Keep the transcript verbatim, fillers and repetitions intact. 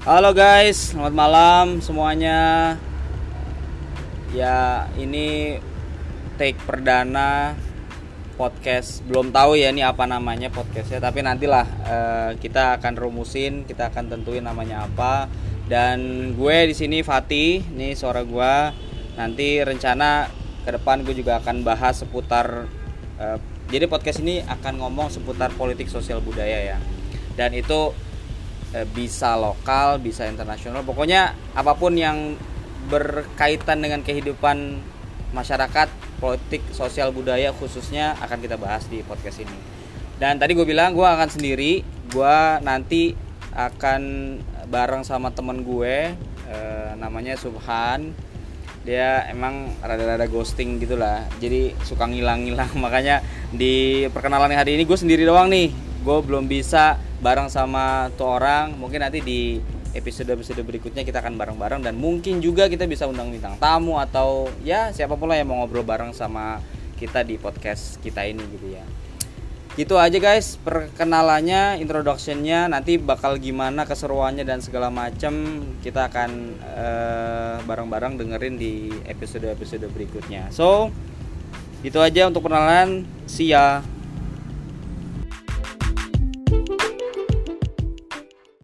Halo guys, selamat malam semuanya. Ya, ini take perdana podcast. Belum tahu ya ini apa namanya podcastnya, tapi nantilah uh, kita akan rumusin, kita akan tentuin namanya apa. Dan gue di sini Fatih, nih suara gue. Nanti rencana ke depan gue juga akan bahas seputar uh, jadi podcast ini akan ngomong seputar politik sosial budaya ya. Dan itu bisa lokal, bisa internasional, pokoknya apapun yang berkaitan dengan kehidupan masyarakat, politik, sosial, budaya khususnya akan kita bahas di podcast ini. Dan tadi gue bilang gue akan sendiri, gue nanti akan bareng sama temen gue, eh, namanya Subhan. Dia emang rada-rada ghosting gitulah, jadi suka ngilang-ngilang. Makanya di perkenalan hari ini gue sendiri doang nih, gue belum bisa bareng sama tuh orang. Mungkin nanti di episode-episode berikutnya kita akan bareng-bareng, dan mungkin juga kita bisa undang bintang tamu atau ya siapapun lah yang mau ngobrol bareng sama kita di podcast kita ini gitu ya. Gitu aja guys perkenalannya, introductionnya. Nanti bakal gimana keseruannya dan segala macam kita akan uh, bareng-bareng dengerin di episode-episode berikutnya. So gitu aja untuk perkenalan. See ya.